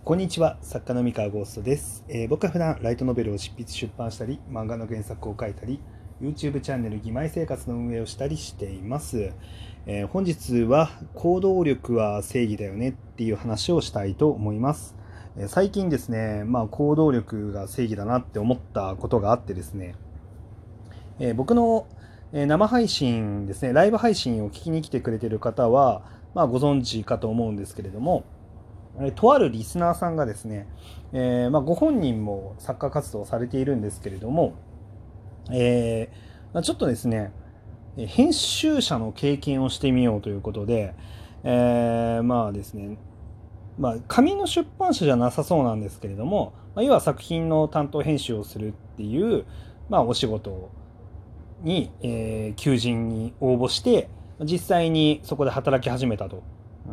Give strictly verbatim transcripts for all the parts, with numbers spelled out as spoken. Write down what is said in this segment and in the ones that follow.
こんにちは、作家の三河ゴーストです、えー、僕は普段ライトノベルを執筆出版したり、漫画の原作を書いたり、 YouTube チャンネル義妹生活の運営をしたりしています。えー、本日は行動力は正義だよねっていう話をしたいと思います。えー、最近ですね、まあ、行動力が正義だなって思ったことがあってですね、えー、僕の生配信ですね、ライブ配信を聞きに来てくれている方は、まあ、ご存知かと思うんですけれども、とあるリスナーさんがですね、えーまあ、ご本人も作家活動をされているんですけれども、えーまあ、ちょっとですね、編集者の経験をしてみようということで、えー、まあですね、まあ、紙の出版社じゃなさそうなんですけれども、まあ、要は作品の担当編集をするっていう、まあ、お仕事に、えー、求人に応募して実際にそこで働き始めたと、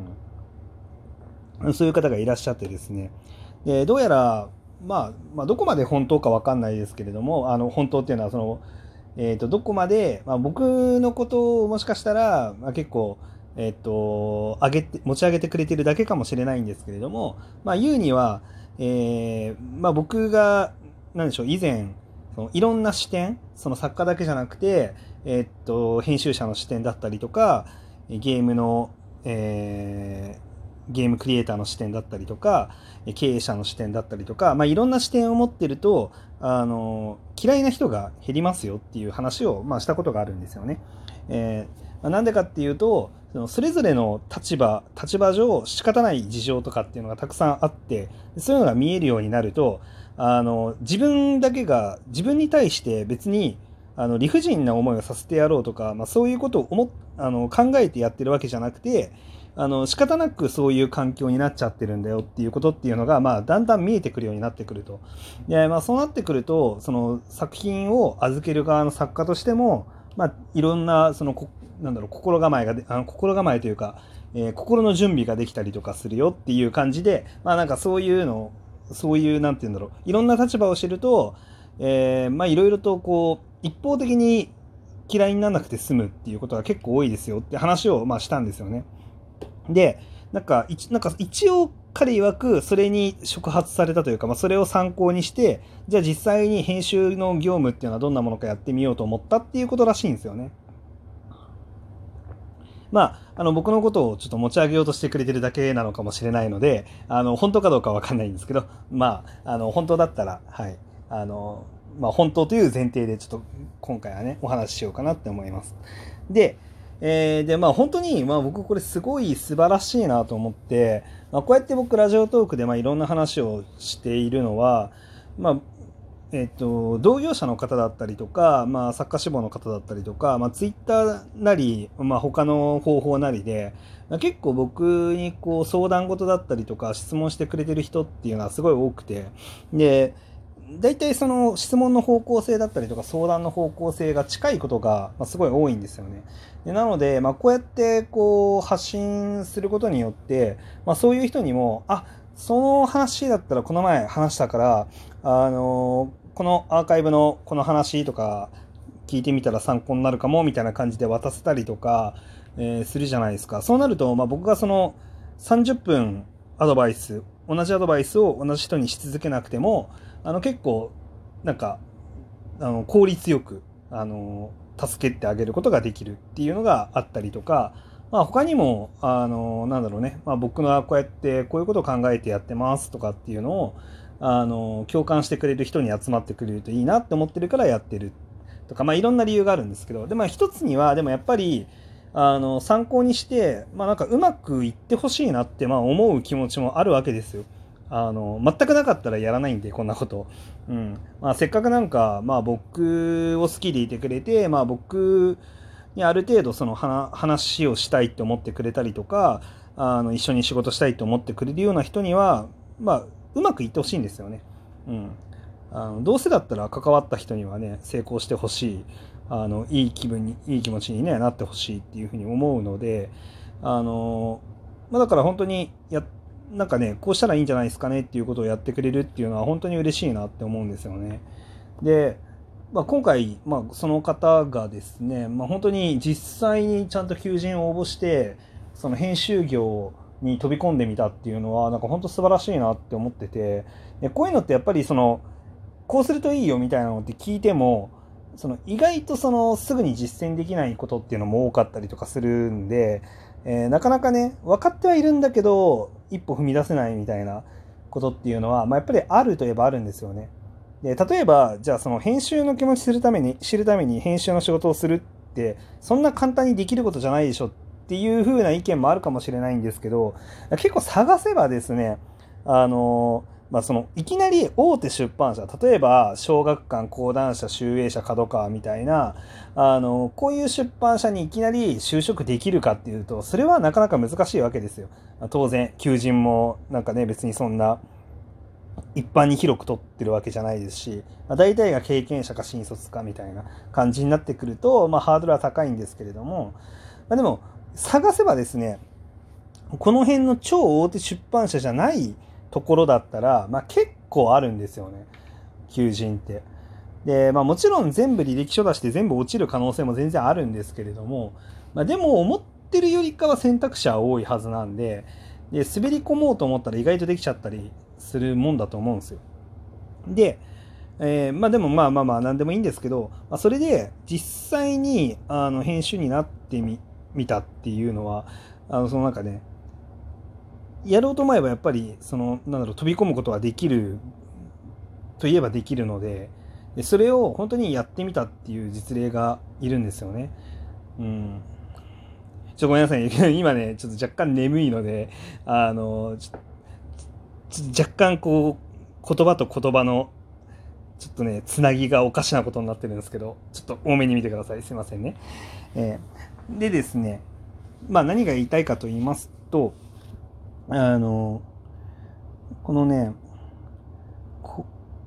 うん、そういう方がいらっしゃってですね、でどうやら、まあ、まあどこまで本当か分かんないですけれども、あの本当っていうのはその、えー、とどこまで、まあ、僕のことをもしかしたら、まあ、結構、えー、と上げて持ち上げてくれてるだけかもしれないんですけれども、まあ、言うには、えーまあ、僕が何でしょう、以前そのいろんな視点、その作家だけじゃなくて、えー、と編集者の視点だったりとか、ゲームの、えーゲームクリエイターの視点だったりとか、経営者の視点だったりとか、まあ、いろんな視点を持ってると、あの嫌いな人が減りますよっていう話を、まあ、したことがあるんですよね。えーまあ、なんでかっていうと、そのそれぞれの立場立場上仕方ない事情とかっていうのがたくさんあって、そういうのが見えるようになると、あの自分だけが自分に対して別にあの理不尽な思いをさせてやろうとか、まあ、そういうことを思あの考えてやってるわけじゃなくて、あの仕方なくそういう環境になっちゃってるんだよっていうことっていうのが、まあ、だんだん見えてくるようになってくると。で、まあ、そうなってくると、その作品を預ける側の作家としても、まあ、いろんなそのこなんだろう心構えがであの心構えというか、えー心の準備ができたりとかするよっていう感じで、まあ、なんかそういうのそういうなんて言うんだろう、いろんな立場を知ると、えーまあいろいろとこう一方的に嫌いにならなくて済むっていうことが結構多いですよって話をまあしたんですよね。で、なんか一なんか一応彼曰くそれに触発されたというか、まあ、それを参考にして、じゃあ実際に編集の業務っていうのはどんなものかやってみようと思ったっていうことらしいんですよね。まあ、あの僕のことをちょっと持ち上げようとしてくれてるだけなのかもしれないので、あの本当かどうかわかんないんですけど、まあ、あの本当だったら、はい、あのまあ、本当という前提でちょっと今回はねお話ししようかなって思います。で、えー、でまあ本当に、まあ、僕これすごい素晴らしいなと思って、まあ、こうやって僕ラジオトークでまあいろんな話をしているのは、まあ、えっと、同業者の方だったりとか、まあ、作家志望の方だったりとか、まあ、ツイッターなり、まあ、他の方法なりで、結構僕にこう相談事だったりとか質問してくれてる人っていうのはすごい多くて、で、大体その質問の方向性だったりとか相談の方向性が近いことがすごい多いんですよね。でなので、まあ、こうやってこう発信することによって、まあ、そういう人にも、あ、その話だったらこの前話したから、あのこのアーカイブのこの話とか聞いてみたら参考になるかもみたいな感じで渡せたりとか、えーするじゃないですか。そうなると、まあ、僕がそのさんじゅっぷんアドバイス同じアドバイスを同じ人にし続けなくても、あの結構なんかあの効率よくあの助けてあげることができるっていうのがあったりとか、まあ、他にもあのなんだろうね、まあ、僕のこうやってこういうことを考えてやってますとかっていうのをあの共感してくれる人に集まってくれるといいなって思ってるからやってるとか、まあ、いろんな理由があるんですけど、で、まあ、一つにはでもやっぱりあの参考にして、まあ、なんかうまくいってほしいなってまあ思う気持ちもあるわけですよ。あの全くなかったらやらないんでこんなこと、うんまあ、せっかくなんか、まあ、僕を好きでいてくれて、まあ、僕にある程度その話をしたいって思ってくれたりとか、あの一緒に仕事したいと思ってくれるような人には、まあ、うまくいってほしいんですよね。うん、あのどうせだったら関わった人にはね成功してほしい、あのいい気分にいい気持ちに、ね、なってほしいっていうふうに思うので、あの、まあ、だから本当にやなんかねこうしたらいいんじゃないですかねっていうことをやってくれるっていうのは本当に嬉しいなって思うんですよね。で、まあ、今回、まあ、その方がですね、まあ、本当に実際にちゃんと求人を応募してその編集業に飛び込んでみたっていうのはなんか本当素晴らしいなって思ってて、でこういうのってやっぱりそのこうするといいよみたいなのって聞いてもその意外とそのすぐに実践できないことっていうのも多かったりとかするんで、えーなかなかね分かってはいるんだけど一歩踏み出せないみたいなことっていうのは、まあ、やっぱりあるといえばあるんですよね。で例えばじゃあその編集の気持ちするために知るために編集の仕事をするってそんな簡単にできることじゃないでしょっていう風な意見もあるかもしれないんですけど、結構探せばですね、あのまあ、そのいきなり大手出版社、例えば小学館、講談社、集英社、角川みたいなあのこういう出版社にいきなり就職できるかっていうとそれはなかなか難しいわけですよ。当然求人もなんかね別にそんな一般に広く取ってるわけじゃないですし、まあ、大体が経験者か新卒かみたいな感じになってくると、まあ、ハードルは高いんですけれども、まあ、でも探せばですねこの辺の超大手出版社じゃないところだったら、まあ、結構あるんですよね求人って。で、まあ、もちろん全部履歴書出して全部落ちる可能性も全然あるんですけれども、まあ、でも思ってるよりかは選択肢は多いはずなんで、で滑り込もうと思ったら意外とできちゃったりするもんだと思うんですよ。で、えーまあでもまあまあまあ何でもいいんですけど、まあ、それで実際にあの編集になってみ見たっていうのはあのそのなんかねやろうと思えばやっぱりそのなんだろう飛び込むことはできるといえばできるので、でそれを本当にやってみたっていう実例がいるんですよね。うん。ちょごめんなさい今ねちょっと若干眠いのであのちょちょっと若干こう言葉と言葉のちょっとねつなぎがおかしなことになってるんですけどちょっと多めに見てください。すいませんね。えーでですねまあ何が言いたいかと言いますとあのこのねこ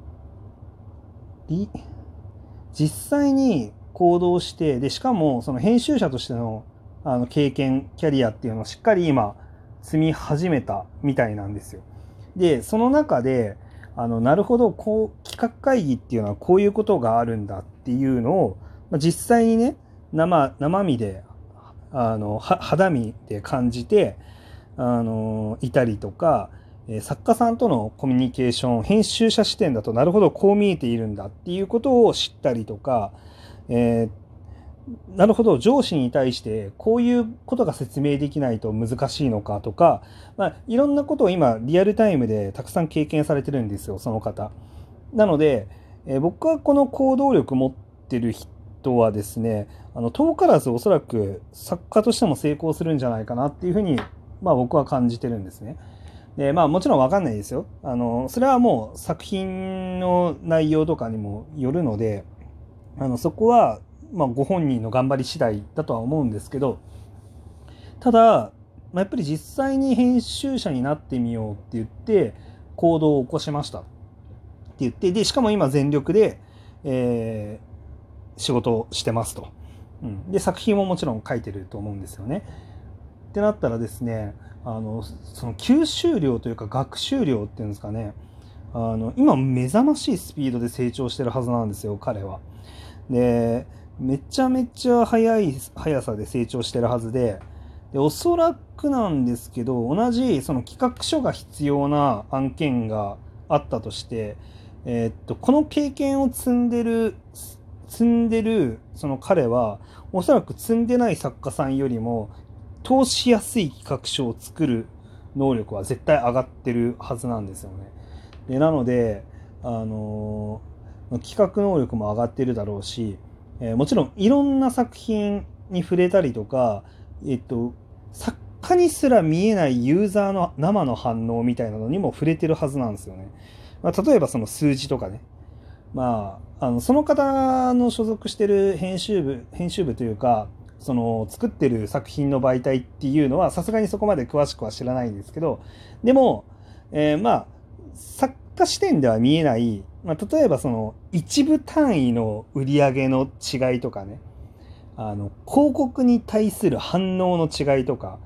り実際に行動してでしかもその編集者としてのあの経験キャリアっていうのをしっかり今積み始めたみたいなんですよ。でその中であのなるほどこう企画会議っていうのはこういうことがあるんだっていうのを、まあ、実際にね 生, 生身であの肌身で感じてあのいたりとか、作家さんとのコミュニケーション編集者視点だとなるほどこう見えているんだっていうことを知ったりとか、えー、なるほど上司に対してこういうことが説明できないと難しいのかとか、まあ、いろんなことを今リアルタイムでたくさん経験されてるんですよその方。なので、えー、僕はこの行動力持ってる人はですねあの遠からずおそらく作家としても成功するんじゃないかなっていうふうにまあ僕は感じてるんですね。でまあもちろん分かんないですよ。あのそれはもう作品の内容とかにもよるのであのそこはまあご本人の頑張り次第だとは思うんですけど、ただ、まあ、やっぱり実際に編集者になってみようって言って行動を起こしましたって言ってでしかも今全力で、えー、仕事をしてますと、うん、で作品ももちろん書いてると思うんですよね。ってなったらですねあのその吸収量というか学習量っていうんですかねあの今目覚ましいスピードで成長してるはずなんですよ彼は。でめちゃめちゃ速い速さで成長してるはずで、でおそらくなんですけど同じその企画書が必要な案件があったとして、えー、っとこの経験を積んでる積んでるその彼はおそらく積んでない作家さんよりも通しやすい企画書を作る能力は絶対上がってるはずなんですよね。でなので、あのー、企画能力も上がってるだろうし、えー、もちろんいろんな作品に触れたりとか、えっと、作家にすら見えないユーザーの生の反応みたいなのにも触れてるはずなんですよね。まあ、例えばその数字とかね、まあ、あのその方の所属してる編集部編集部というかその作ってる作品の媒体っていうのはさすがにそこまで詳しくは知らないんですけど、でも、えー、まあ作家視点では見えない、まあ、例えばその一部単位の売り上げの違いとかねあの広告に対する反応の違いとか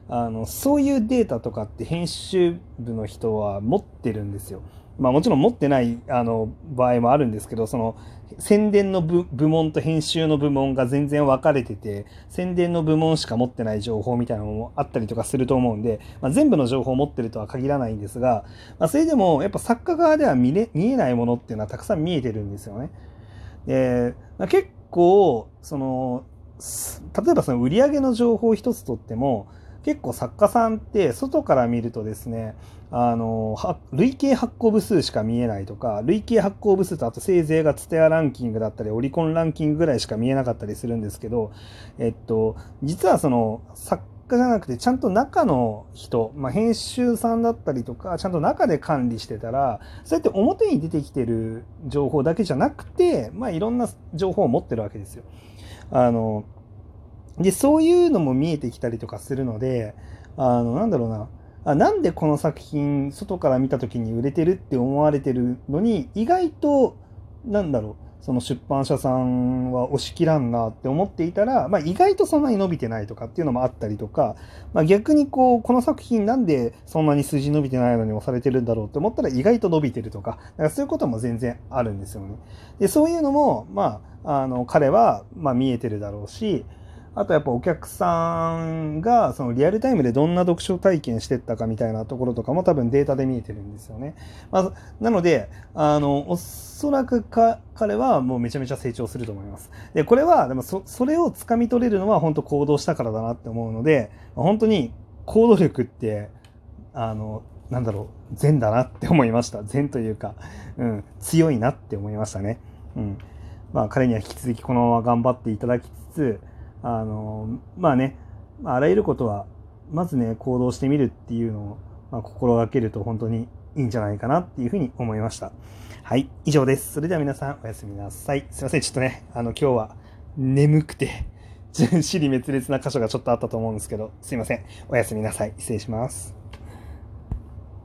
あのそういうデータとかって編集部の人は持ってるんですよ。まあもちろん持ってないあの場合もあるんですけど、その宣伝の部、部門と編集の部門が全然分かれてて、宣伝の部門しか持ってない情報みたいなのもあったりとかすると思うんで、まあ、全部の情報を持ってるとは限らないんですが、まあ、それでもやっぱ作家側では見れ、見えないものっていうのはたくさん見えてるんですよね。で、まあ、結構その例えばその売上の情報一つとっても、結構作家さんって外から見るとですね、あの累計発行部数しか見えないとか、累計発行部数とあとせいぜいがツタヤランキングだったりオリコンランキングぐらいしか見えなかったりするんですけど、えっと実はその作家じゃなくてちゃんと中の人、まあ、編集さんだったりとかちゃんと中で管理してたら、そうやって表に出てきてる情報だけじゃなくて、まあ、いろんな情報を持ってるわけですよ。あのでそういうのも見えてきたりとかするので、あのなんだろうなあ、なんでこの作品外から見た時に売れてるって思われてるのに、意外となんだろう、その出版社さんは押し切らんなって思っていたら、まあ、意外とそんなに伸びてないとかっていうのもあったりとか、まあ、逆にこうこの作品なんでそんなに数字伸びてないのに押されてるんだろうって思ったら意外と伸びてるとか、だからそういうことも全然あるんですよね。でそういうのも、まあ、あの彼はまあ見えてるだろうし、あとやっぱお客さんがそのリアルタイムでどんな読書体験してったかみたいなところとかも多分データで見えてるんですよね。まあ、なのであのおそらくか彼はもうめちゃめちゃ成長すると思います。でこれはでも そ, それをつかみ取れるのは本当行動したからだなって思うので、本当に行動力ってあのなんだろう善だなって思いました。善というか、うん、強いなって思いましたね。うん、まあ彼には引き続きこのまま頑張っていただきつつ、あのまあね、あらゆることはまずね行動してみるっていうのを、まあ、心がけると本当にいいんじゃないかなっていうふうに思いました。はい、以上です。それでは皆さんおやすみなさい。すいません、ちょっとね、あの今日は眠くて支離滅裂な箇所がちょっとあったと思うんですけど、すいません。おやすみなさい。失礼します。